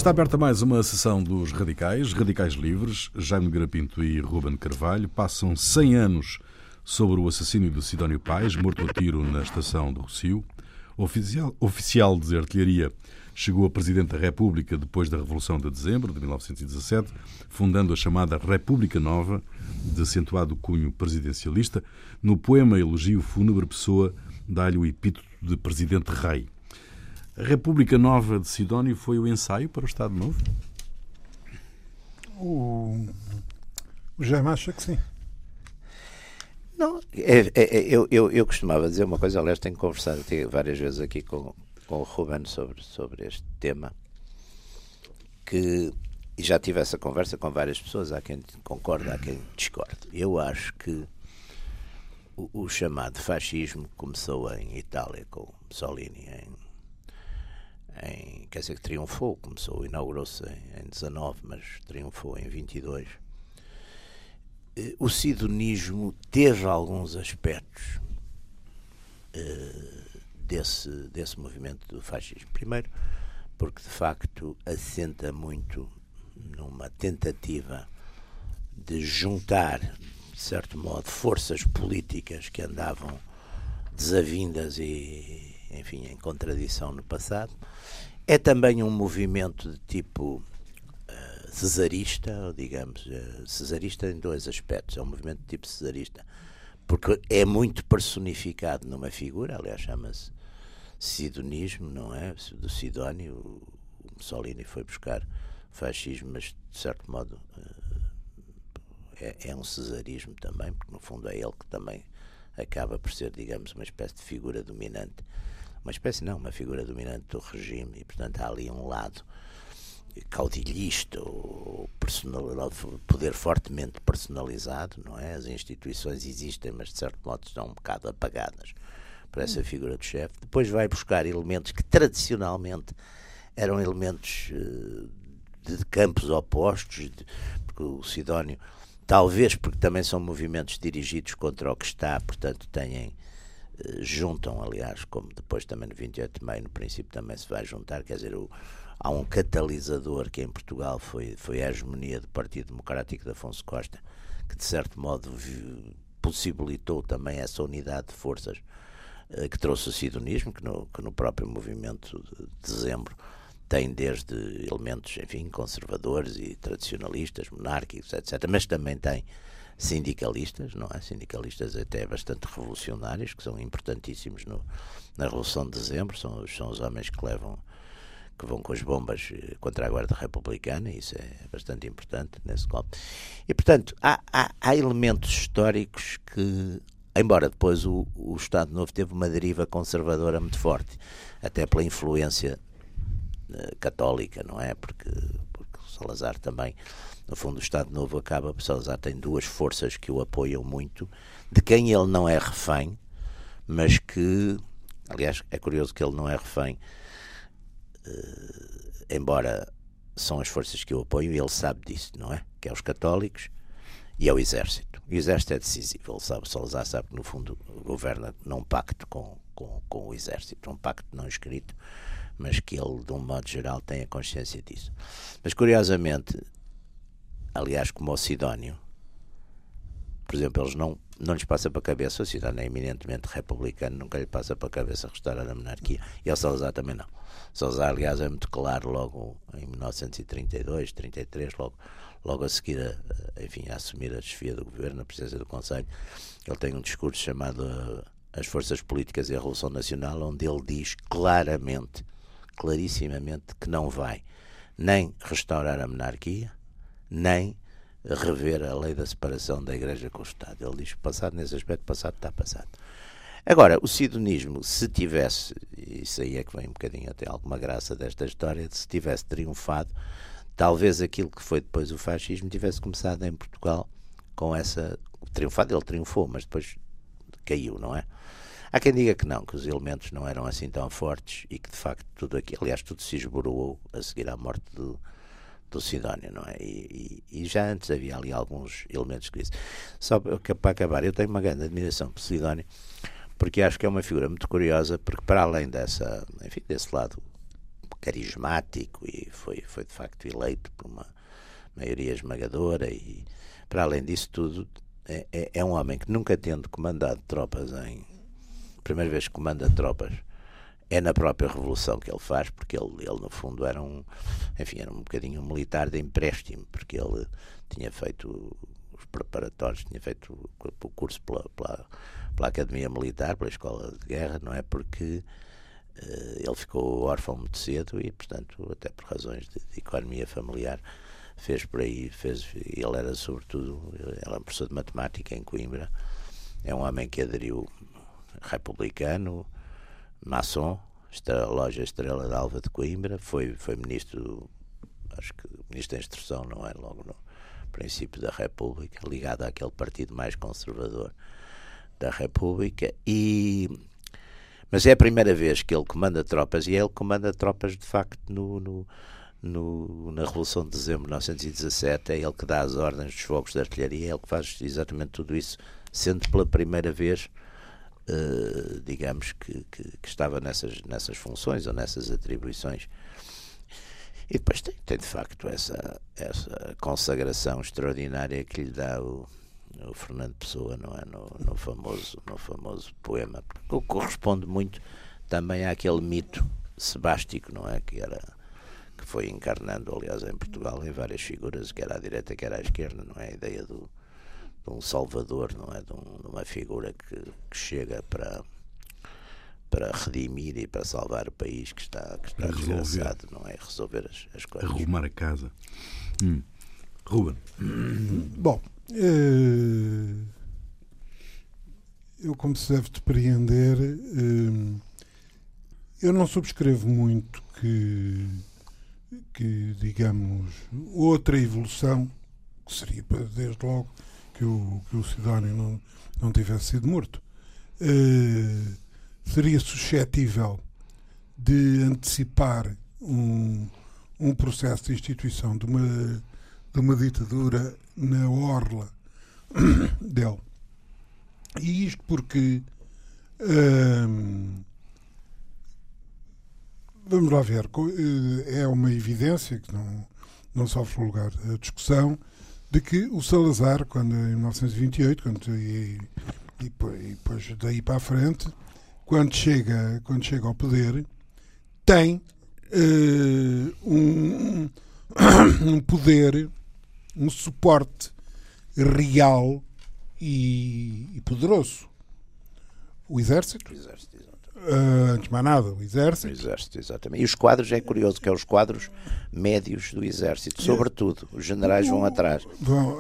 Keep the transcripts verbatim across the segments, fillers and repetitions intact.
Está aberta mais uma sessão dos Radicais, Radicais Livres. Jaime Nogueira Pinto e Ruben Carvalho passam cem anos sobre o assassínio de Sidónio Pais, morto a tiro na estação de Rossio. Oficial, oficial de artilharia, chegou a Presidente da República depois da Revolução de Dezembro de mil novecentos e dezassete, fundando a chamada República Nova, de acentuado cunho presidencialista. No poema Elogio Fúnebre, Pessoa dá-lhe o epíteto de Presidente Rei. A República Nova de Sidónio foi o ensaio para o Estado Novo? O, o Jaime acha que sim. Não, é, é, eu, eu, eu costumava dizer uma coisa, aliás, tenho conversado várias vezes aqui com, com o Ruben sobre, sobre este tema, que e já tive essa conversa com várias pessoas, há quem concorda, há quem discorda. Eu acho que o, o chamado fascismo começou em Itália, com Mussolini, em Em, quer dizer que triunfou, começou, inaugurou-se em, em dezanove, mas triunfou em vinte e dois. O sidonismo teve alguns aspectos uh, desse, desse movimento do fascismo. Primeiro, porque de facto assenta muito numa tentativa de juntar, de certo modo, forças políticas que andavam desavindas e, enfim, em contradição no passado. É também um movimento de tipo uh, cesarista, ou digamos, uh, cesarista em dois aspectos. É um movimento de tipo cesarista, porque é muito personificado numa figura, aliás, chama-se sidonismo, não é? Do Sidónio, o, o Mussolini foi buscar fascismo, mas de certo modo uh, é, é um cesarismo também, porque no fundo é ele que também acaba por ser, digamos, uma espécie de figura dominante. Uma espécie, não, uma figura dominante do regime, e portanto há ali um lado caudilhista, ou personal, poder fortemente personalizado, não é? As instituições existem, mas de certo modo estão um bocado apagadas por essa figura do chefe. Depois vai buscar elementos que tradicionalmente eram elementos uh, de campos opostos, de, porque o Sidónio, talvez porque também são movimentos dirigidos contra o que está, portanto têm juntam, aliás, como depois também no vinte e oito de maio, no princípio também se vai juntar, quer dizer, o, há um catalisador que em Portugal foi, foi a hegemonia do Partido Democrático de Afonso Costa, que de certo modo vi, possibilitou também essa unidade de forças uh, que trouxe o sidonismo, que no, que no próprio movimento de dezembro tem desde elementos, enfim, conservadores e tradicionalistas, monárquicos, etcétera, mas também tem sindicalistas, não é? Sindicalistas até bastante revolucionários, que são importantíssimos no, na Revolução de Dezembro, são, são os homens que levam, que vão com as bombas contra a Guarda Republicana, e isso é bastante importante nesse golpe. E, portanto, há, há, há elementos históricos que, embora depois o, o Estado Novo teve uma deriva conservadora muito forte, até pela influência uh, católica, não é? Porque, porque o Salazar também, no fundo, o Estado Novo acaba, o Salazar tem duas forças que o apoiam muito, de quem ele não é refém, mas que, aliás, é curioso que ele não é refém, uh, embora são as forças que o apoiam, e ele sabe disso, não é? Que é os católicos e é o Exército. E o Exército é decisivo, ele sabe, o Salazar sabe que, no fundo, governa num pacto com, com, com o Exército, um pacto não escrito, mas que ele, de um modo geral, tem a consciência disso. Mas, curiosamente, aliás, como o Sidónio, por exemplo, eles não, não lhes passa para a cabeça, o Sidónio é eminentemente republicano, nunca lhe passa para a cabeça restaurar a monarquia, e ao Salazar também não. O Salazar, aliás, é muito claro logo em mil novecentos e trinta e dois, trinta e três, logo, logo a seguir a, enfim, a assumir a chefia do governo, a presidência do Conselho, ele tem um discurso chamado uh, As Forças Políticas e a Revolução Nacional, onde ele diz claramente, clarissimamente, que não vai nem restaurar a monarquia, nem rever a lei da separação da Igreja com o Estado. Ele diz que passado, nesse aspecto, passado está passado. Agora, o sidonismo, se tivesse, isso aí é que vem um bocadinho até alguma graça desta história, se tivesse triunfado, talvez aquilo que foi depois o fascismo tivesse começado em Portugal com essa... Triunfado, ele triunfou, mas depois caiu, não é? Há quem diga que não, que os elementos não eram assim tão fortes e que de facto tudo aqui, aliás, tudo se esboroou a seguir à morte do, do Sidónio, não é? E, e, e já antes havia ali alguns elementos que disse. Só para acabar, eu tenho uma grande admiração por Sidónio, porque acho que é uma figura muito curiosa, porque para além dessa, enfim, desse lado carismático e foi, foi de facto eleito por uma maioria esmagadora e, para além disso tudo, é, é, é um homem que nunca tendo comandado tropas em... primeira vez que comanda tropas é na própria Revolução que ele faz, porque ele, ele no fundo era um, enfim, era um bocadinho um militar de empréstimo, porque ele tinha feito os preparatórios, tinha feito o curso pela, pela, pela Academia Militar, pela Escola de Guerra, não é? Porque uh, ele ficou órfão muito cedo e, portanto, até por razões de, de economia familiar, fez por aí, fez, ele era sobretudo, ele era um professor de matemática em Coimbra, é um homem que aderiu republicano, maçom, a loja Estrela d'Alva de Coimbra, foi, foi ministro, acho que ministro da Instrução, não é? Logo no princípio da República, ligado àquele partido mais conservador da República, e, mas é a primeira vez que ele comanda tropas, e ele comanda tropas de facto no, no, no, na Revolução de Dezembro de mil novecentos e dezassete, é ele que dá as ordens dos fogos de artilharia, é ele que faz exatamente tudo isso, sendo pela primeira vez Uh, digamos que, que, que estava nessas, nessas funções ou nessas atribuições. E depois tem, tem de facto essa, essa consagração extraordinária que lhe dá o, o Fernando Pessoa, não é? No, no, famoso, no famoso poema, que corresponde muito também àquele mito sebástico, não é? Que era, que foi encarnando, aliás, em Portugal, em várias figuras, que era à direita, que era à esquerda, não é? A ideia do de um salvador, não é? De, um, de uma figura que, que chega para, para redimir e para salvar o país que está, que está desgraçado, não é? Resolver as, as coisas. Arrumar a casa. Hum. Ruben. Bom, eh, eu, como se deve depreender, eh, eu não subscrevo muito que, que, digamos, outra evolução, que seria, desde logo, que o, que o Sidónio não, não tivesse sido morto, uh, seria suscetível de antecipar um, um processo de instituição de uma, de uma ditadura na orla dele. E isto porque uh, vamos lá ver, é uma evidência que não, não sofre lugar a discussão, de que o Salazar, quando em mil novecentos e vinte e oito, quando, e, e, e depois daí para a frente, quando chega, quando chega ao poder, tem uh, um, um poder, um suporte real e, e poderoso. O Exército. O Exército, exatamente. Uh, antes de mais nada, o Exército. O Exército, exatamente. E os quadros, é curioso, que é os quadros médios do Exército, sobretudo. Os generais vão atrás. Bom,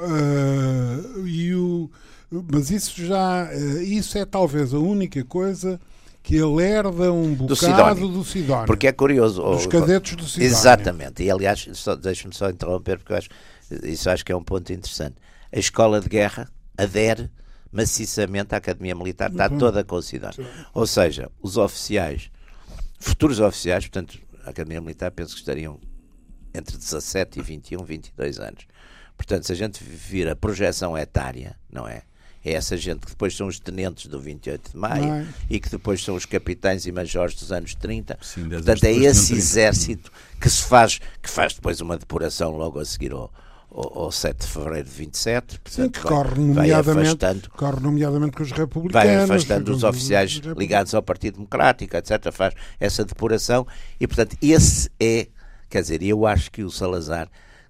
uh, e o, mas isso já, uh, isso é talvez a única coisa que ele herda um bocado do Sidónio. Do Sidónio. Porque é curioso. Dos cadetes do Sidónio. Exatamente. E aliás, deixe-me só interromper, porque eu acho, isso acho que é um ponto interessante. A escola de guerra adere maciçamente à Academia Militar, está uhum. toda com o Sidónio. Ou seja, os oficiais, futuros oficiais, portanto, a Academia Militar penso que estariam entre dezassete e vinte e um, vinte e dois anos. Portanto, se a gente vir a projeção etária, não é? É essa gente que depois são os tenentes do vinte e oito de maio Ai. e que depois são os capitães e majores dos anos trinta. Sim, portanto, é esse exército que se faz, que faz depois uma depuração logo a seguir ao ao sete de fevereiro de vinte e sete, portanto, sim, que corre nomeadamente, corre nomeadamente com os republicanos, vai afastando os oficiais ligados ao Partido Democrático, etcétera, faz essa depuração e, portanto, esse é, quer dizer, eu acho que o Salazar,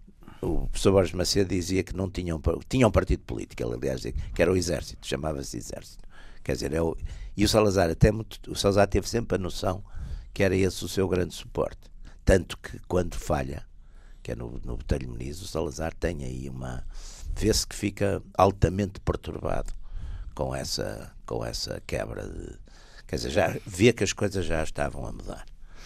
o professor Borges Macedo dizia que não tinham, tinham um partido político, ele aliás dizia que era o Exército, chamava-se Exército, quer dizer, é o, e o Salazar até muito, o Salazar teve sempre a noção que era esse o seu grande suporte, tanto que quando falha, que é no, no Botelho Muniz, o Salazar tem aí uma... vê-se que fica altamente perturbado com essa, com essa quebra de... Quer dizer, já vê que as coisas já estavam a mudar.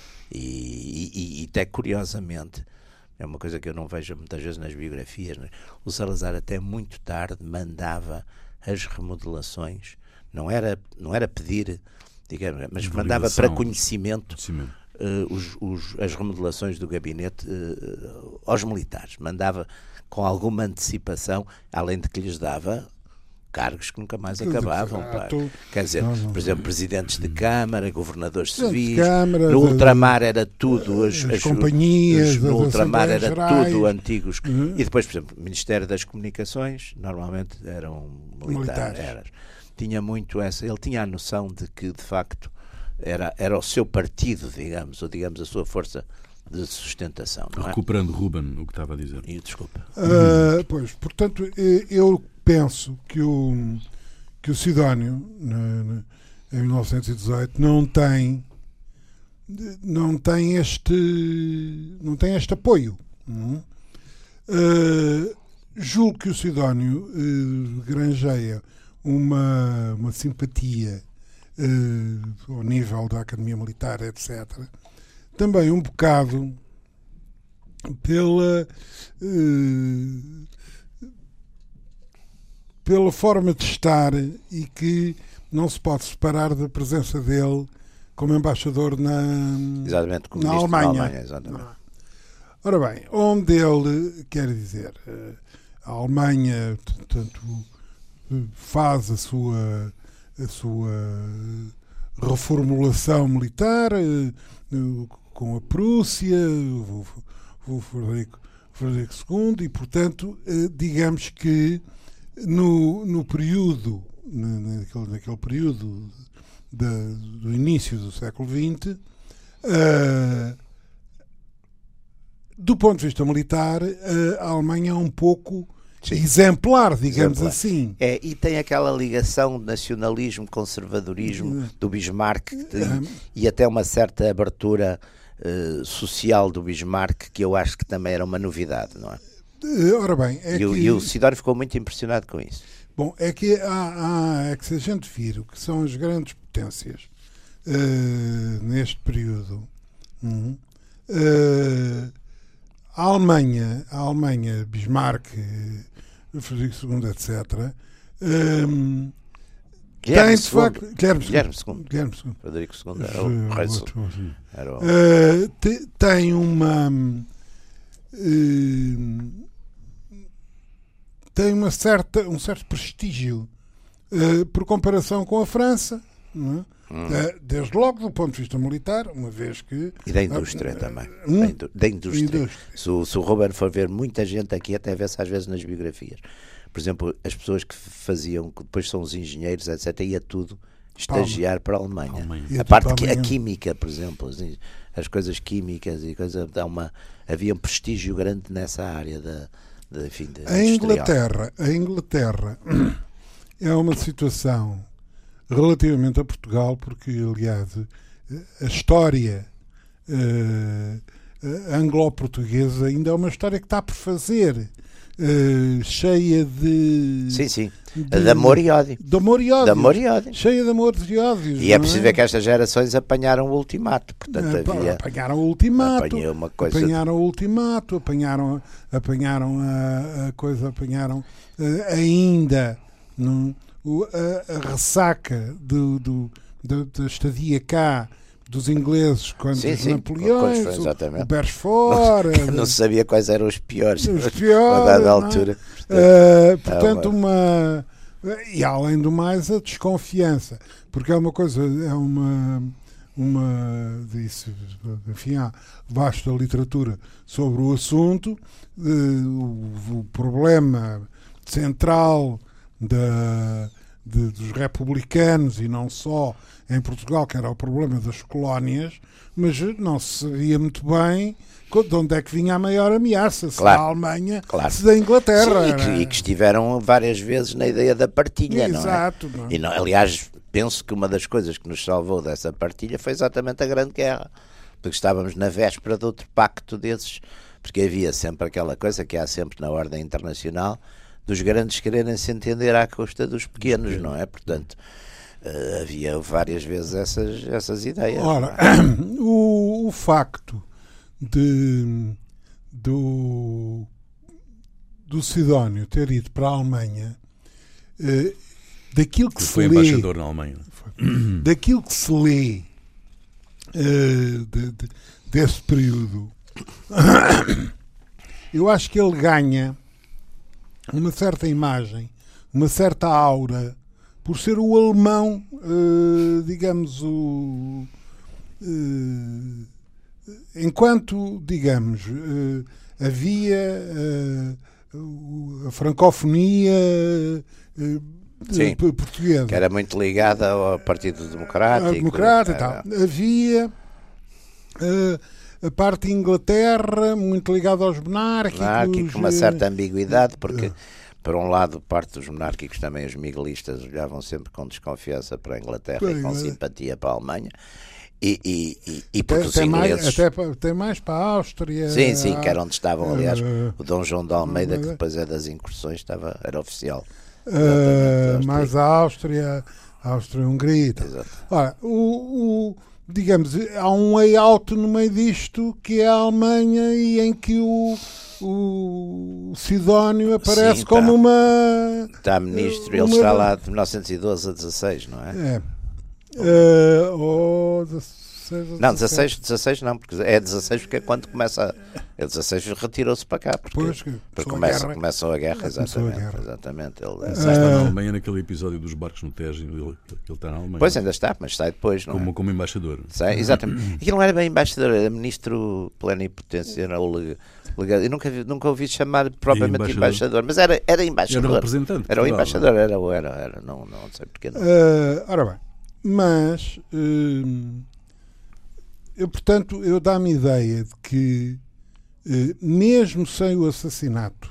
E, e, e até curiosamente, é uma coisa que eu não vejo muitas vezes nas biografias, né? O Salazar até muito tarde mandava as remodelações, não era, não era pedir, digamos, mas mandava para conhecimento... conhecimento. Uh, os, os, as remodelações do gabinete uh, aos militares, mandava com alguma antecipação, além de que lhes dava cargos que nunca mais acabavam. Pá. Tô... Quer dizer, não, não. por exemplo, presidentes de Câmara, governadores civis, Câmara, no de, ultramar era tudo, as, as, as companhias, as, no ultramar era gerais. tudo antigos. Uhum. E depois, por exemplo, o Ministério das Comunicações, normalmente eram militares. militares. Tinha muito essa, ele tinha a noção de que, de facto, era, era o seu partido, digamos, ou digamos a sua força de sustentação. Não é? Recuperando, Ruben, o que estava a dizer. E, desculpa. Uh, pois, portanto, eu penso que o, que o Sidónio, na, na, em mil novecentos e dezoito, não tem, não tem este, não tem este apoio. Não? Uh, julgo que o Sidónio uh, granjeia uma, uma simpatia uh, ao nível da Academia Militar, etcétera, também um bocado pela uh, pela forma de estar, e que não se pode separar da presença dele como embaixador na, exatamente, como na Alemanha. Na Alemanha exatamente. Ora bem, onde ele, quer dizer, a Alemanha, portanto, faz a sua, a sua reformulação militar com a Prússia, o Frederico, Frederico segundo, e, portanto, digamos que no, no período, naquele, naquele período de, do início do século vinte, uh, do ponto de vista militar, a Alemanha é um pouco Sim. exemplar, digamos exemplar. assim. É, e tem aquela ligação nacionalismo, conservadorismo do Bismarck tem, é. e até uma certa abertura uh, social do Bismarck, que eu acho que também era uma novidade, não é? Ora bem, é e, que... o, e o Sidónio ficou muito impressionado com isso. Bom, é que, há, há, é que se a gente vir o que são as grandes potências uh, neste período, uh, uh, a Alemanha, a Alemanha, Bismarck, Frederico segundo, etcétera, um, tem de facto. Guilherme segundo. Guilherme segundo. Frederico segundo era o rei segundo. Era o... Uh, te, tem uma. Uh, tem uma certa, um certo prestígio uh, por comparação com a França, não é? Hum. Desde logo do ponto de vista militar, uma vez que... E da indústria uh, também. Hum? Da, indú da indústria. indústria. Se, o, se o Ruben for ver, muita gente aqui até vê-se às vezes nas biografias. Por exemplo, as pessoas que faziam, que depois são os engenheiros, etcétera, ia tudo estagiar para a Alemanha. Alemanha. A parte que, a química, por exemplo, as, as coisas químicas e coisa, dá uma, havia um prestígio grande nessa área da, da, enfim, da a Inglaterra, a Inglaterra é uma situação relativamente a Portugal, porque, aliás, a história uh, anglo-portuguesa ainda é uma história que está por fazer, uh, cheia de... Sim, sim, de, de amor e ódio. De amor e ódio. De amor e ódio. Cheia de amor e ódio. E é preciso ver que estas gerações apanharam o ultimato. Portanto, uh, havia... Apanharam o ultimato, uma coisa apanharam de... o ultimato, apanharam, apanharam a, a coisa, apanharam uh, ainda... Num, A, a ressaca do, do, do, da estadia cá dos ingleses contra sim, os sim, Napoleões, o, o Beresford. Não, não se sabia quais eram os piores, os piores a dada altura. Uh, portanto, uma. E além do mais, a desconfiança, porque é uma coisa, é uma. uma disse, enfim, há vasta literatura sobre o assunto, uh, o, o problema central da, de, dos republicanos, e não só em Portugal, que era o problema das colónias, mas não se sabia muito bem de onde é que vinha a maior ameaça, se claro, da Alemanha, claro. se da Inglaterra. Sim, e, que, e que estiveram várias vezes na ideia da partilha. Exato, não é? Não. E não, aliás, penso que uma das coisas que nos salvou dessa partilha foi exatamente a Grande Guerra, porque estávamos na véspera de outro pacto desses, porque havia sempre aquela coisa que há sempre na ordem internacional, dos grandes quererem se entender à custa dos pequenos, não é? Portanto, uh, havia várias vezes essas, essas ideias. Ora, o, o facto de do, do Sidónio ter ido para a Alemanha, uh, daquilo que, que se foi lê, embaixador na Alemanha, daquilo que se lê uh, de, de, desse período, eu acho que ele ganha uma certa imagem uma certa aura, por ser o alemão, uh, digamos, o... Uh, enquanto, digamos, uh, havia uh, a francofonia uh, Sim, portuguesa, que era muito ligada ao Partido Democrático, Democrático e tal. Havia uh, a parte de Inglaterra muito ligada aos monárquicos, monárquico, com uma certa ambiguidade, porque por um lado, parte dos monárquicos, também os miguelistas, olhavam sempre com desconfiança para a Inglaterra Bem, e com simpatia para a Alemanha. E, e, e, e porque até, os ingleses... mais, até, até mais para a Áustria. Sim, sim, que era onde estavam, aliás, uh, o Dom João de Almeida, que depois é das incursões, estava, era oficial. Uh, mais a Áustria, a Áustria-Hungria. Ora, o, o, digamos, há um layout no meio disto que é a Alemanha e em que o o Sidónio aparece Sim, tá. como uma... Está ministro, uma, ele está lá de mil novecentos e doze a dezasseis, não é? É. Uh, ou dezasseis, não, dezasseis, dezasseis não, porque é dezasseis porque é quando começa... É dezasseis retirou-se para cá, porque, pois, porque começa, a começou a guerra, exatamente. A guerra. exatamente ele, uh, está na Alemanha naquele episódio dos barcos no Tejo, ele, ele está na Alemanha. Pois ainda está, mas sai depois, não como, é? Como embaixador. Sai, exatamente. Aquilo não era bem embaixador, era ministro plenipotência, não, o eu nunca, nunca ouvi chamar propriamente embaixador. embaixador, mas era, era embaixador. Era representante. Era o embaixador, era, era, era, não, não sei porquê. Não. Uh, ora bem, mas uh, eu, portanto, eu dá-me ideia de que, uh, mesmo sem o assassinato,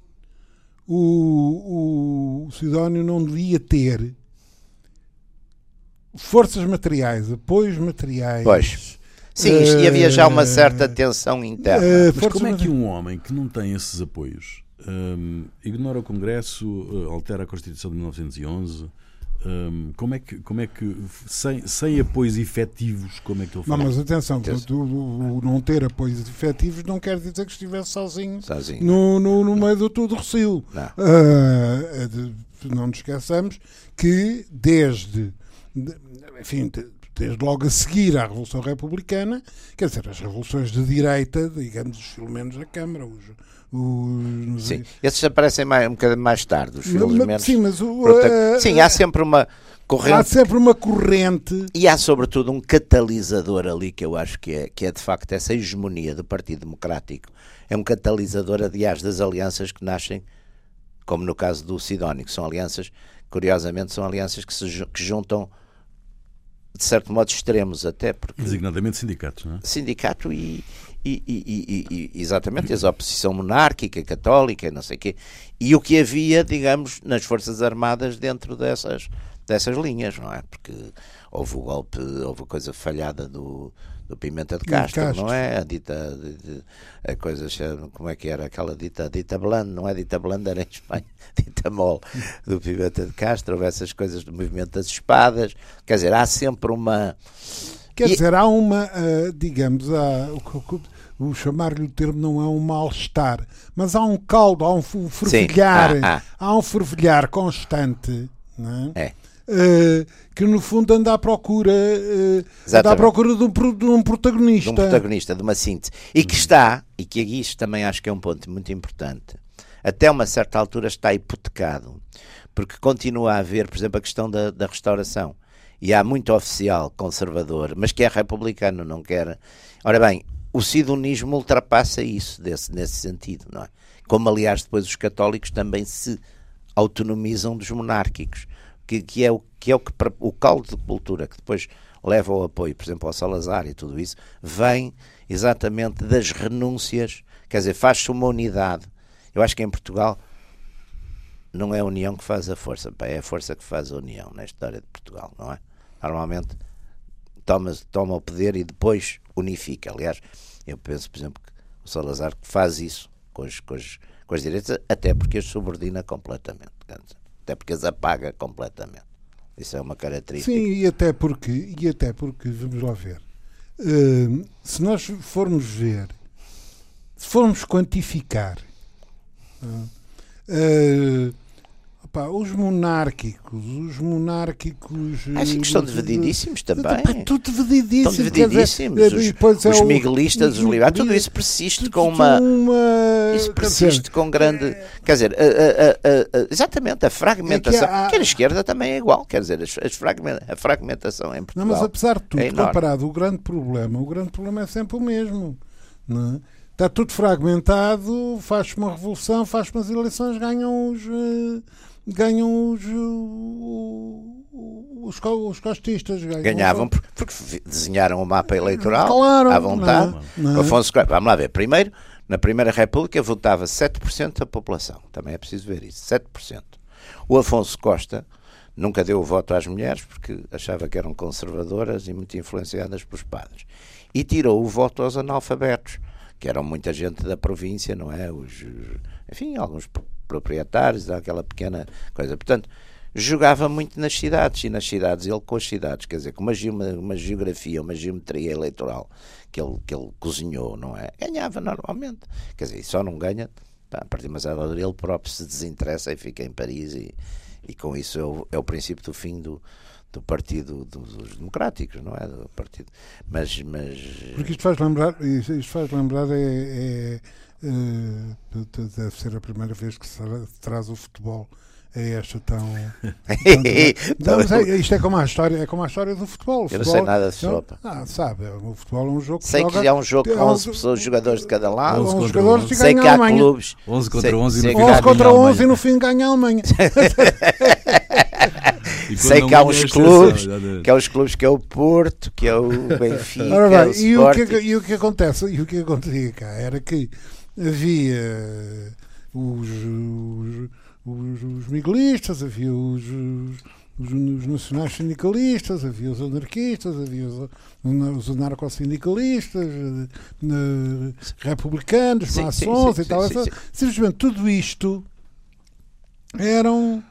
o, o Sidónio não devia ter forças materiais, apoios materiais. Pois. Sim, uh, e havia já uma certa tensão interna. Uh, Mas como é que um homem que não tem esses apoios um, ignora o Congresso, uh, altera a Constituição de mil novecentos e onze? Um, como é que, como é que sem, sem apoios efetivos, como é que ele faz? Não, mas atenção, do, do, não ter apoios efetivos não quer dizer que estivesse sozinho, sozinho. No, no, no meio do tudo Rossio. Não. Uh, de, não nos esqueçamos que desde, de, enfim, de, desde logo a seguir à Revolução Republicana, quer dizer, as revoluções de direita, digamos, os filomenos da Câmara, os, os... Sim, esses aparecem mais, um bocadinho mais tarde, os filomenos. Sim, mas o, uh, sim, há sempre uma corrente. Há sempre uma corrente. E há sobretudo um catalisador ali que eu acho que é, que é de facto essa hegemonia do Partido Democrático. É um catalisador, aliás, das alianças que nascem, como no caso do Sidónio, que são alianças, curiosamente, são alianças que se que juntam de certo modo extremos até porque... Designadamente sindicatos, não é? Sindicato e, e, e, e, e exatamente, a oposição monárquica, católica, não sei o quê. E o que havia, digamos, nas Forças Armadas dentro dessas, dessas linhas, não é? Porque houve o golpe, houve a coisa falhada do, do Pimenta de Castro, Castro, não é? A dita, a coisa, como é que era aquela dita, dita blanda, não é dita blanda, era em Espanha, dita mole, do Pimenta de Castro, houve essas coisas do movimento das espadas, quer dizer, há sempre uma... Quer e... dizer, há uma, uh, digamos, há, o, o, o chamar-lhe o termo não é um mal-estar, mas há um caldo, há um fervilhar, ah, ah. há um fervilhar constante, não é? É. Uh, que no fundo anda à procura uh, anda à procura de um, de um protagonista de um protagonista, de uma síntese e que está, e que isto também acho que é um ponto muito importante, até uma certa altura está hipotecado, porque continua a haver, por exemplo, a questão da, da restauração, e há muito oficial conservador, mas que é republicano, não quer. Ora bem, o sidonismo ultrapassa isso desse, nesse sentido, não é? Como aliás depois os católicos também se autonomizam dos monárquicos, Que, que é, o, que, é o, que, o caldo de cultura que depois leva ao apoio, por exemplo, ao Salazar e tudo isso, vem exatamente das renúncias, quer dizer, faz-se uma unidade. Eu acho que em Portugal não é a união que faz a força, pá, é a força que faz a união na história de Portugal, não é? Normalmente toma, toma o poder e depois unifica. Aliás, eu penso, por exemplo, que o Salazar faz isso com as, com as, com as direitas, até porque as subordina completamente, quer dizer, até porque as apaga completamente. Isso é uma característica. Sim, e até porque, e até porque vamos lá ver, uh, se nós formos ver, se formos quantificar, uh, uh, Repá, os monárquicos, os monárquicos... Acho que estão divididíssimos também. Epá, tudo dividíssimo. Estão divididíssimos. Dizer, os, é os miguelistas, os liberais, tudo isso persiste com uma... uma isso persiste dizer, com grande... É, quer dizer, a, a, a, a, exatamente, a fragmentação. É que há, que a esquerda também é igual. Quer dizer, as, as fragmenta, a fragmentação em Portugal. Não, mas apesar de tudo, é comparado, o grande problema, o grande problema é sempre o mesmo. Não é? Está tudo fragmentado, faz-se uma revolução, faz-se umas eleições, ganham os... Uh, ganham os, os, os costistas. Ganham Ganhavam os... porque desenharam o mapa eleitoral claro, à vontade. Não, não. Afonso, vamos lá ver. Primeiro, na Primeira República votava sete por cento da população. Também é preciso ver isso. sete por cento. O Afonso Costa nunca deu o voto às mulheres porque achava que eram conservadoras e muito influenciadas pelos padres. E tirou o voto aos analfabetos, que eram muita gente da província, não é? Os, enfim, alguns proprietários, aquela pequena coisa. Portanto, jogava muito nas cidades, e nas cidades, ele com as cidades, quer dizer, com uma, uma, uma geografia, uma geometria eleitoral que ele, que ele cozinhou, não é? Ganhava normalmente. Quer dizer, e só não ganha, pá, a partir de uma altura ele próprio se desinteressa e fica em Paris, e, e com isso é o, é o princípio do fim do, do Partido dos, dos Democráticos, não é? Do partido. Mas, mas... Porque isto faz lembrar, isto, isto faz lembrar é... é... Uh, deve ser a primeira vez que se traz o futebol a esta tão, tão não, é, isto é como a história é como a história do futebol. O eu futebol, não sei nada de sopa. Ah, sabe, o futebol é um jogo que sei joga, que é um jogo com onze é, pessoas, jogadores de cada lado, onze jogadores onze. Sei que há clubes onze contra onze sei, e no onze contra onze e no fim ganha a Alemanha. Sei que há uns clubes, que há os clubes que é o Porto, que é o Benfica, Ora bem, é o e, o que, e o que acontece, e o que acontecia cá era que havia os, os, os, os miguelistas, havia os, os, os nacionais sindicalistas, havia os anarquistas, havia os, os anarcossindicalistas, republicanos, sim, maçons sim, sim, e tal. Sim, sim, sim. Simplesmente tudo isto eram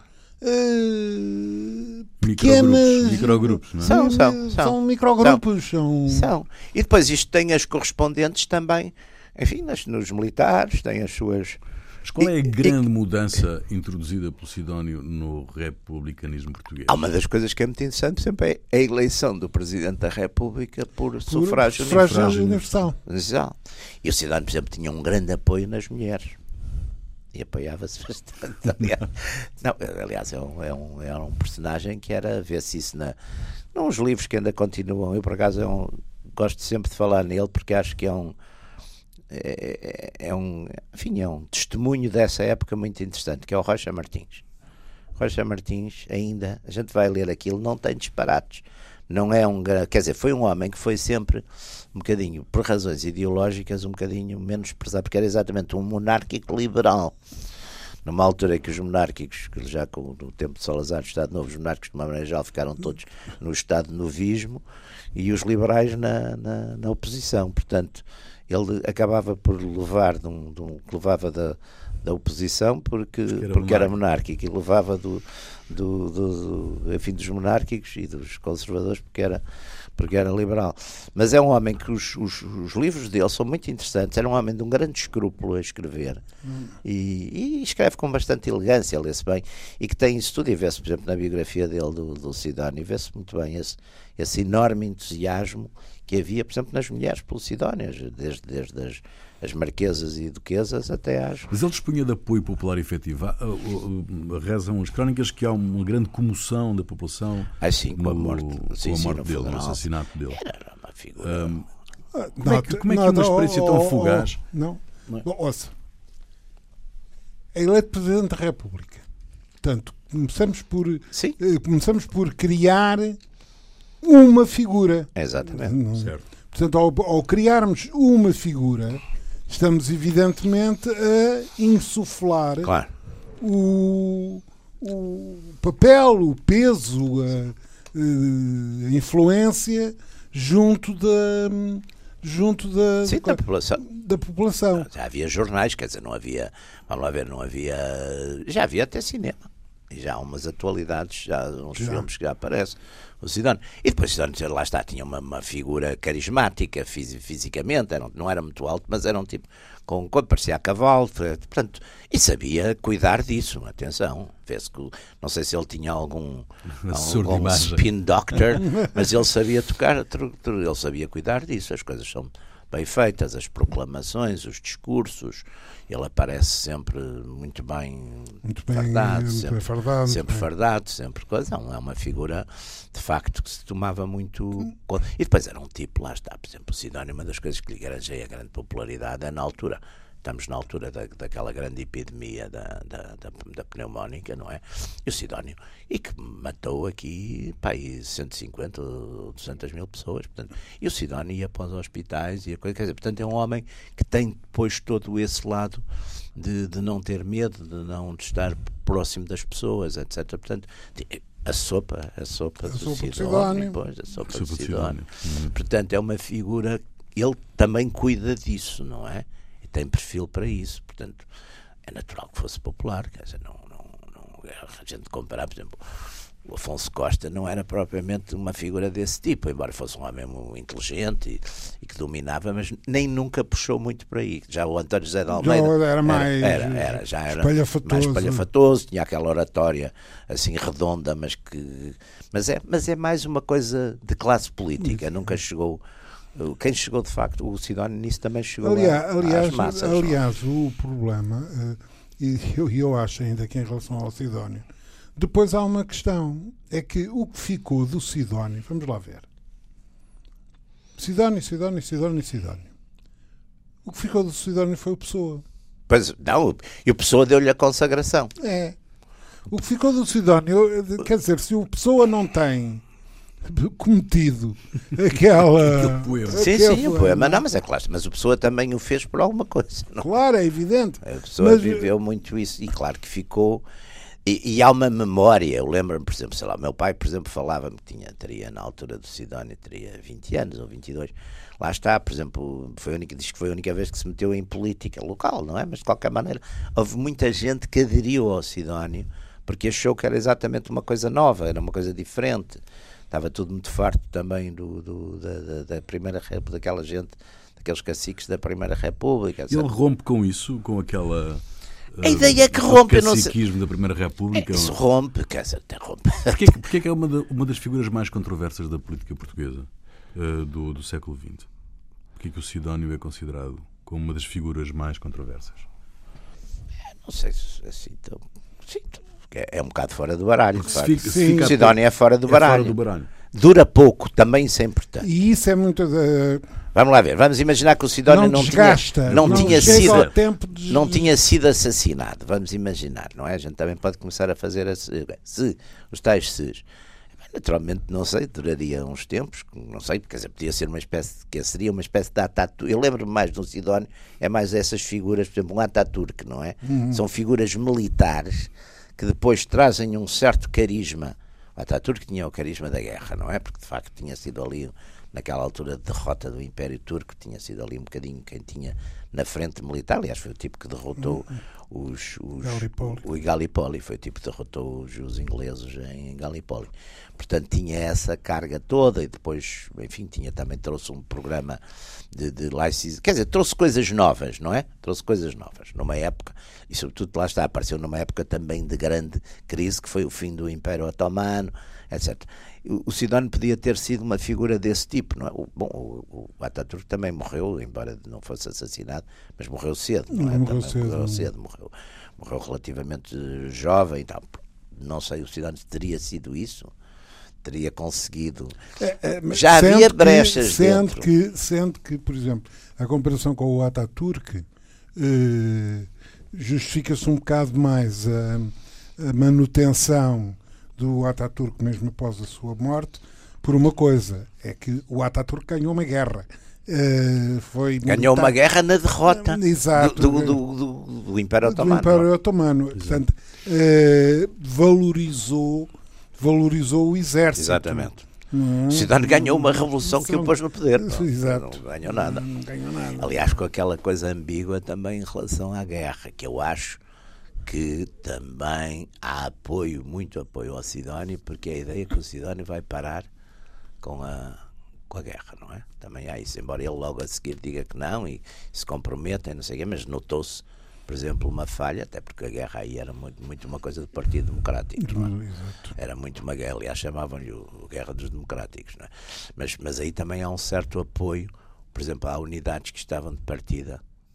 Uh, pequenas microgrupos, não é? São, são, são, são microgrupos. São, são... são. E depois isto tem as correspondentes também, enfim, nas, nos militares, tem as suas. Mas qual é a e, grande e... mudança introduzida pelo Sidónio no republicanismo português? Há uma das coisas que é muito interessante sempre é a eleição do Presidente da República por, por sufrágio, sufrágio universal. universal. E o Sidónio, por exemplo, tinha um grande apoio nas mulheres. E apoiava-se bastante. Aliás, não, aliás é, um, é, um, é um personagem que era ver-se isso na, nos livros que ainda continuam. Eu, por acaso, é um, gosto sempre de falar nele porque acho que é um, é, é, um, enfim, é um testemunho dessa época muito interessante, que é o Rocha Martins. Rocha Martins, ainda, a gente vai ler aquilo, não tem disparates. Não é um, quer dizer, foi um homem que foi sempre um bocadinho, por razões ideológicas, um bocadinho menos prezado, porque era exatamente um monárquico liberal. Numa altura em que os monárquicos, que já com o tempo de Salazar, o Estado Novo, os monárquicos de uma maneira geral ficaram todos no Estado Novismo e os liberais na, na, na oposição. Portanto, ele acabava por levar, de um, de um, levava da, da oposição porque, era, porque era monárquico e levava do, do, do, do, enfim, dos monárquicos e dos conservadores porque era, porque era liberal. Mas é um homem que os, os, os livros dele são muito interessantes. Era um homem de um grande escrúpulo a escrever hum. e, e escreve com bastante elegância, lê-se bem, e que tem isso tudo, e vê-se, por exemplo, na biografia dele do, do Sidónio, vê-se muito bem esse, esse enorme entusiasmo que havia, por exemplo, nas mulheres pelo Sidónio, desde, desde as, as marquesas e duquesas até às... Mas ele dispunha de apoio popular efetivo. Rezam as crónicas que há uma grande comoção da população ah, sim, com no, a morte, com sim, a sim, morte no dele, no assassinato dele. Era uma figura... Um, como é que, como é que uma experiência tão fugaz... Não, não é? Bom, ouça, é eleito Presidente da República. Portanto, começamos por, sim. começamos por criar uma figura. Exatamente. Certo. Portanto, ao, ao criarmos uma figura, estamos evidentemente a insuflar claro. o, o papel, o peso, a, a influência junto da junto da, Sim, da, população. da população. Já havia jornais, quer dizer, não havia, vamos lá ver, não havia, já havia até cinema. E já há umas atualidades, já há uns Já. filmes que já aparecem. O Sidónio. E depois o Sidónio, lá está, tinha uma, uma figura carismática, fisi- fisicamente, era, um- não era muito alto, mas era um tipo com, com parecia a cavalo, portanto, e sabia cuidar disso, atenção. Vê-se que, não sei se ele tinha algum, Assessor de algum imagem. spin doctor, mas ele sabia tocar, tru- tru- ele sabia cuidar disso, as coisas são bem feitas, as proclamações, os discursos, ele aparece sempre muito bem, Muito bem, fardado, muito sempre, bem fardado. sempre bem. fardado, sempre coisa. Não, é uma figura de facto que se tomava muito conta. E depois era um tipo, lá está, por exemplo, o Sidónio, uma das coisas que lhe garantia a grande popularidade é na altura. Estamos na altura da, daquela grande epidemia da, da, da, da pneumónica, não é? E o Sidónio, e que matou aqui, pá, aí cento e cinquenta ou duzentas mil pessoas, portanto, e o Sidónio ia para os hospitais e a coisa, quer dizer, portanto é um homem que tem depois todo esse lado de, de não ter medo, de não de estar próximo das pessoas, etcétera. Portanto, a sopa, a sopa A do sopa de Sidónio, Sidónio. pois, a sopa, A do sopa de Sidónio. Sidónio. Hum. Portanto, é uma figura, ele também cuida disso, não é? E tem perfil para isso, portanto, é natural que fosse popular, quer dizer, não, não, não, a gente comparar, por exemplo, o Afonso Costa não era propriamente uma figura desse tipo, embora fosse um homem muito inteligente e, e que dominava, mas nem nunca puxou muito por aí. Já o António José de Almeida Já era mais era, era, era, já era espalhafatoso. mais espalhafatoso, tinha aquela oratória assim redonda, mas que mas é, mas é mais uma coisa de classe política, nunca chegou. Quem chegou de facto, o Sidónio nisso também chegou aliás, a, aliás, às massas. não? aliás o problema, eh, e eu, eu acho ainda que em relação ao Sidónio, depois há uma questão, é que o que ficou do Sidónio, vamos lá ver, Sidónio, Sidónio, Sidónio, Sidónio, o que ficou do Sidónio foi o Pessoa. Pois, não, e o Pessoa deu-lhe a consagração. É, o que ficou do Sidónio, quer dizer, se o Pessoa não tem cometido aquela... Aquele poema. Sim, aquele sim, o poema, não, mas é claro, mas o Pessoa também o fez por alguma coisa. Não? Claro, é evidente. A pessoa Mas- viveu muito isso e claro que ficou. E, e há uma memória, eu lembro-me, por exemplo, sei lá, meu pai, por exemplo, falava-me que tinha, teria na altura do Sidónio, teria vinte anos ou vinte e dois. Lá está, por exemplo, foi a única, diz que foi a única vez que se meteu em política local, não é? Mas de qualquer maneira, houve muita gente que aderiu ao Sidónio porque achou que era exatamente uma coisa nova, era uma coisa diferente. Estava tudo muito farto também do, do, da, da, da Primeira República, daquela gente, daqueles caciques da Primeira República. Ele rompe com isso, com aquela... A ideia é que rompe, eu não sei. caciquismo da Primeira República. Isso rompe, quer dizer, até rompe. Porquê, que- porquê que é uma, da- uma das figuras mais controversas da política portuguesa eh, do, do século vinte? Porquê que o Sidónio é considerado como uma das figuras mais controversas? Não sei se assim tão. Sim, é, é um bocado fora do baralho. Porque de se facto. fica- se Sim. fica O Sidónio é fora do é baralho. fora do baralho. Dura pouco, também isso é importante. E isso é muito... eh, Vamos lá ver, vamos imaginar que o Sidónio não, não, desgasta, tinha, não, tinha chega sido. ao tempo de... Não tinha sido assassinado, vamos imaginar, não é? A gente também pode começar a fazer a, se, se, os tais ses. Naturalmente, não sei, duraria uns tempos, não sei, quer dizer, podia ser uma espécie, que seria uma espécie de Ataturk. Eu lembro-me mais do Sidónio, é mais essas figuras, por exemplo, um Ataturk, não é? Uhum. São figuras militares que depois trazem um certo carisma. O Ataturk tinha o carisma da guerra, não é? Porque de facto tinha sido ali, naquela altura de derrota do Império Turco, tinha sido ali um bocadinho quem tinha na frente militar. Aliás, foi o tipo que derrotou os, os, Gallipoli. o Gallipoli, foi o tipo que derrotou os, os ingleses em Gallipoli. Portanto, tinha essa carga toda e depois, enfim, tinha também, trouxe um programa de, de laicismo. Quer dizer, trouxe coisas novas, não é? Trouxe coisas novas numa época, e sobretudo lá está, apareceu numa época também de grande crise, que foi o fim do Império Otomano, etcétera. O, o Sidónio podia ter sido uma figura desse tipo, não é? O, bom, o, o Ataturk também morreu, embora não fosse assassinado, mas morreu cedo, não é? Morreu Também cedo. morreu cedo, morreu, morreu relativamente jovem e tal. Não sei, o Sidónio teria sido isso? Teria conseguido. É, é, mas Já havia sendo que- brechas sendo dentro. que Sendo que, por exemplo, a comparação com o Ataturk eh, justifica-se um bocado mais a, a manutenção do Ataturk mesmo após a sua morte por uma coisa, é que o Ataturk ganhou uma guerra. Eh, foi Ganhou militar- uma guerra na derrota Exato. do, do, do, do, do Império do Otomano. Império Otomano. Portanto, eh, valorizou, valorizou o exército. Exatamente. Não é? O Sidónio ganhou uma revolução que o pôs no poder. Não, Exato. não ganhou nada. Não ganhou nada. Aliás, com aquela coisa ambígua também em relação à guerra, que eu acho que também há apoio, muito apoio ao Sidónio, porque a ideia é que o Sidónio vai parar com a, com a guerra, não é? Também há isso, embora ele logo a seguir diga que não e se comprometa e não sei o quê, mas notou-se, por exemplo, uma falha, até porque a guerra aí era muito, muito uma coisa do Partido Democrático, não é? Exato. Era muito uma guerra, aliás chamavam-lhe o, o Guerra dos Democráticos, não é? Mas, mas aí também há um certo apoio, por exemplo, há unidades que estavam de partida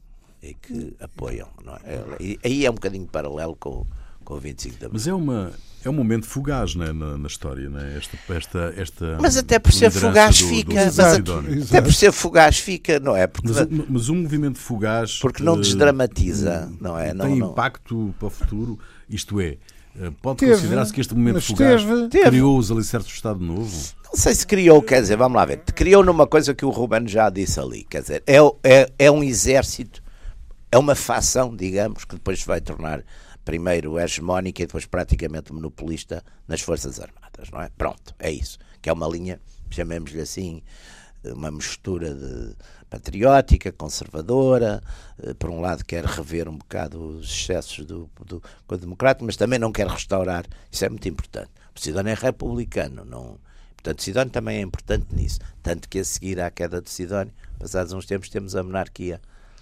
e que apoiam, não é? E aí é um bocadinho paralelo com, com o vinte e cinco de abril. Mas é, uma, é um momento fugaz, não é, na, na história, não é? Esta, esta, esta mas até por ser fugaz do, fica, do mas Exato, até, exato. até por ser fugaz fica, não é? Porque, Mas, mas um movimento fugaz... porque não eh, desdramatiza, não é? Não, tem não. impacto para o futuro, isto é, eh, pode Teve, considerar-se que este momento mas fugaz teve. Teve. criou os alicerces do Estado Novo? Não sei se criou, quer dizer, vamos lá ver, criou numa coisa que o Ruben já disse ali, quer dizer, é, é, é um exército, é uma facção, digamos, que depois se vai tornar primeiro hegemónica e depois praticamente monopolista nas Forças Armadas, não é? Pronto, é isso, que é uma linha, chamemos-lhe assim, uma mistura de patriótica, conservadora, por um lado quer rever um bocado os excessos do, do, do democrático, mas também não quer restaurar, isso é muito importante. O Sidónio é republicano, não... Portanto, Sidónio também é importante nisso, tanto que a seguir à queda de Sidónio, passados uns tempos, temos a monarquia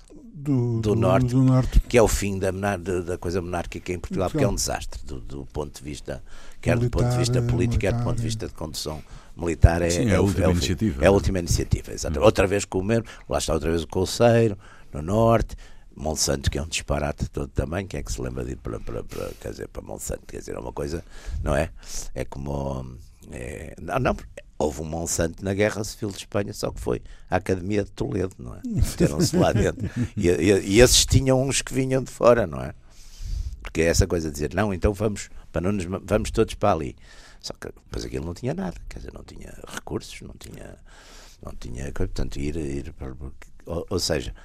Do, do, do, norte, do norte, que é o fim da, da, da coisa monárquica em Portugal, porque é um desastre do, do ponto de vista, quer militar, do ponto de vista político, quer do ponto de vista de condução militar. É, Sim, é é a o, última é o, iniciativa. É a última iniciativa, exatamente. Hum. Outra vez com o mesmo, lá está outra vez o Colceiro, no norte, Monsanto, que é um disparate todo também, quem é que se lembra de ir para, para, para, quer dizer, para Monsanto, quer dizer, é uma coisa, não é? É como... É, não, não, houve um Monsanto na Guerra Civil de Espanha, só que foi a Academia de Toledo, não é? Meteram-se lá dentro. E, e, e esses tinham uns que vinham de fora, não é? Porque é essa coisa de dizer, não, então vamos, para não nos, vamos todos para ali. Só que depois aquilo não tinha nada, quer dizer, não tinha recursos, não tinha, não tinha, portanto, ir, ir para, ou, ou seja,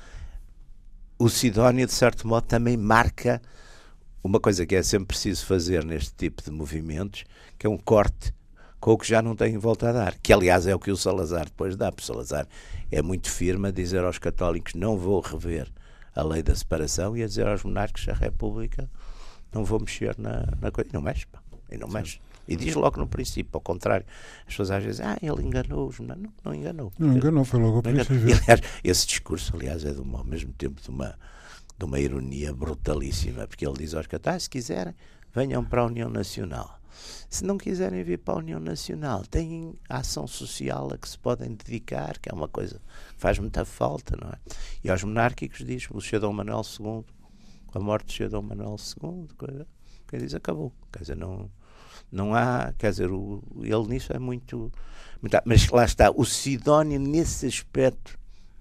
o Sidónio, de certo modo, também marca uma coisa que é sempre preciso fazer neste tipo de movimentos, que é um corte com o que já não tem volta a dar, que aliás é o que o Salazar depois dá, porque o Salazar é muito firme a dizer aos católicos não vou rever a lei da separação e a dizer aos monarcas da República não vou mexer na, na coisa, e não mexe, pá, e não mexe. E diz logo no princípio, ao contrário, as pessoas às vezes, ah, ele enganou-os, não, não enganou. Não enganou, foi logo ao princípio. E, aliás, esse discurso, aliás, é de uma, ao mesmo tempo de uma, de uma ironia brutalíssima, porque ele diz aos católicos, ah, se quiserem, venham para a União Nacional. Se não quiserem vir para a União Nacional, têm a ação social a que se podem dedicar, que é uma coisa que faz muita falta, não é? E aos monárquicos diz, o senhor Dom Manuel segundo, com a morte do senhor Dom Manuel segundo, quer dizer, acabou. Quer dizer, não, não há, quer dizer, o, ele nisso é muito, muito... Mas lá está, o Sidónio nesse aspecto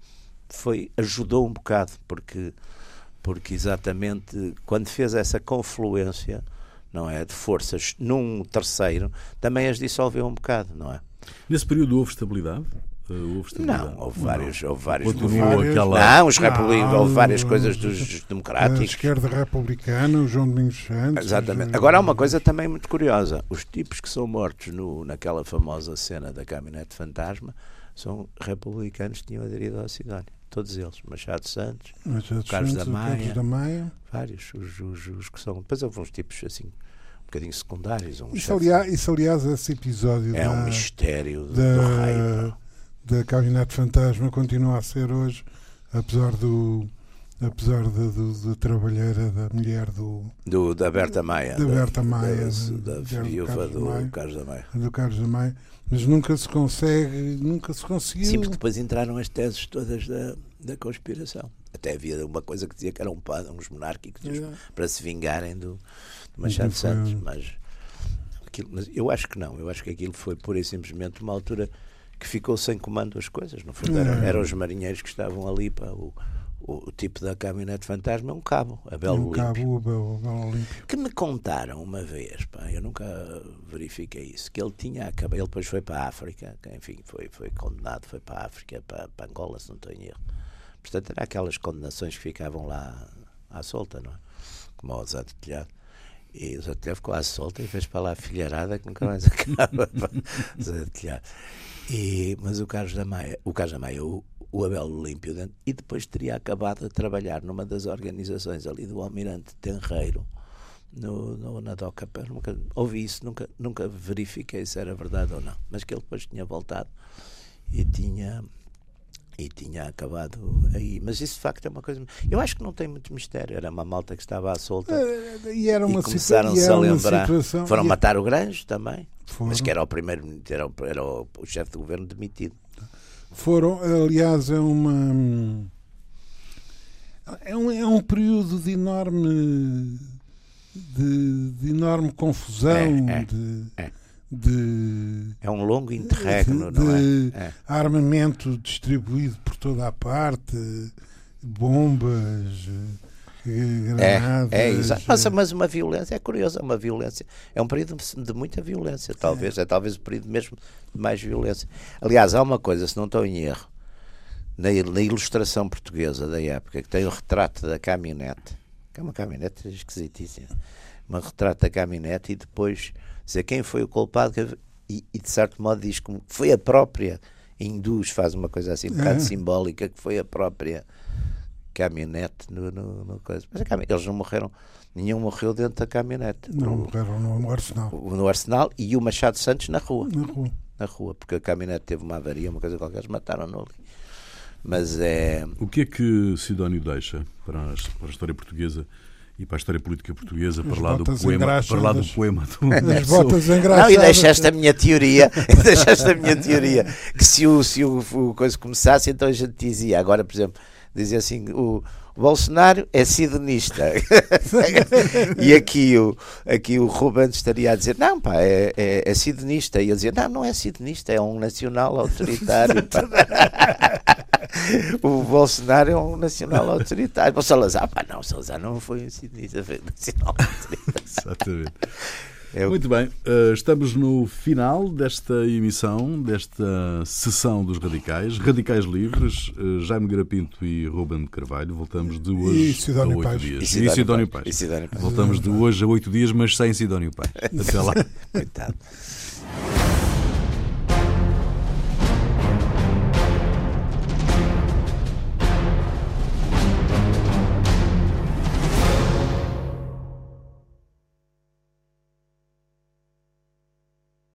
foi, ajudou um bocado, porque, porque exatamente quando fez essa confluência, não é, de forças num terceiro, também as dissolveu um bocado, não é? Nesse período houve estabilidade? Uh, houve estabilidade? Não, houve vários, houve vários Continuou aquela... Não, os republicanos, houve várias coisas dos, dos democráticos. A esquerda republicana, o João Domingos Santos. Exatamente. Agora há uma coisa também muito curiosa. Os tipos que são mortos no, naquela famosa cena da caminhonete fantasma são republicanos que tinham aderido ao Sidónio. Todos eles. Machado Santos, Machado Carlos, Santos, da Maia, Carlos da Maia. Vários. Os, os, os que são... Depois houve uns tipos assim, um bocadinho secundários. Um Isso, aliás, isso, aliás, esse episódio é da, um mistério do, da, do rei. Da caminhonete fantasma continua a ser hoje, apesar do... apesar de, de, de trabalheira da mulher do... do da Berta Maia. Da Berta Maia. Da, da, da viúva do Maia, Carlos da Maia. Do Carlos da Maia. Mas nunca se consegue, nunca se conseguiu. Sim, porque depois entraram as teses todas da, da conspiração. Até havia uma coisa que dizia que eram uns monárquicos é. para se vingarem do, do Machado foi... Santos. Mas, aquilo, mas eu acho que não. Eu acho que aquilo foi pura e simplesmente uma altura que ficou sem comando as coisas. No fundo, é. eram, eram os marinheiros que estavam ali para o... O, o tipo da caminhonete fantasma é um cabo, a Belo um cabo, o Belo, Belo Olímpio. Que me contaram uma vez, pá, eu nunca verifiquei isso, que ele tinha acabado, ele depois foi para a África, que, enfim, foi, foi condenado, foi para a África, para, para Angola, se não tenho erro. Portanto, era aquelas condenações que ficavam lá à solta, não é? Como ao Zé de Telhado. E o Zé de Telhado ficou à solta e fez para lá a filharada que nunca mais acaba. Zé de Telhado. E, mas o Carlos da Maia, o Carlos da Maia, o o Abel Olímpio, e depois teria acabado a trabalhar numa das organizações ali do Almirante Tenreiro, no, no, na DOCA. Nunca ouvi isso, nunca, nunca verifiquei se era verdade ou não. Mas que ele depois tinha voltado e tinha, e tinha acabado aí. Mas isso de facto é uma coisa. Eu acho que não tem muito mistério. Era uma malta que estava à solta e, era uma e começaram-se situa- a lembrar. Situação, Foram e... matar o Granjo também. Foram. Mas que era o primeiro, era o, era o, o chefe de governo demitido. Foram, aliás, é uma. É um, é um período de enorme. de, de enorme confusão. É, é, de, é. de. É um longo interregno, de, não é? de é? armamento distribuído por toda a parte, bombas. Granadas, é, é exato. Mas, mas uma violência, é curioso, é uma violência, é um período de muita violência, talvez, é, é talvez o período mesmo de mais violência. Aliás, há uma coisa, se não estou em erro, na, na ilustração portuguesa da época, que tem o retrato da caminhonete, que é uma caminhonete esquisitíssima, um retrato da caminhonete e depois dizer quem foi o culpado e, e de certo modo diz que foi a própria, induz, faz uma coisa assim um bocado é. simbólica, que foi a própria caminhonete no, no, no coisa. Mas a caminhonete, eles não morreram, nenhum morreu dentro da caminhonete. Não, no, morreram no, no Arsenal. No Arsenal e o Machado Santos na rua. Na rua. Na rua, porque a caminhonete teve uma avaria, uma coisa qualquer, eles mataram-no ali. Mas é... O que é que Sidónio deixa para a, para a história portuguesa e para a história política portuguesa, para lá, do poema, para lá do poema do As botas engraçadas. Não, e deixaste a minha teoria, deixaste a minha teoria, que se o, se o, o coisa começasse, então a gente dizia, agora, por exemplo, dizia assim, o, o Bolsonaro é sidonista. E aqui o, aqui o Ruben estaria a dizer, não pá, é, é, é sidonista. E eu dizia, não, não é sidonista, é um nacional autoritário. O Bolsonaro é um nacional autoritário. O Salazar, pá, não, o Salazar não foi um sidonista, foi um nacional autoritário. Exatamente. Eu... Muito bem, uh, estamos no final desta emissão, desta sessão dos Radicais, Radicais Livres, uh, Jaime Garapinto e Ruben Carvalho. Voltamos de hoje a oito dias. E Sidónio Pais. E Sidónio Pais. Voltamos de hoje a oito dias, mas sem Sidónio Pais. Até lá. Coitado.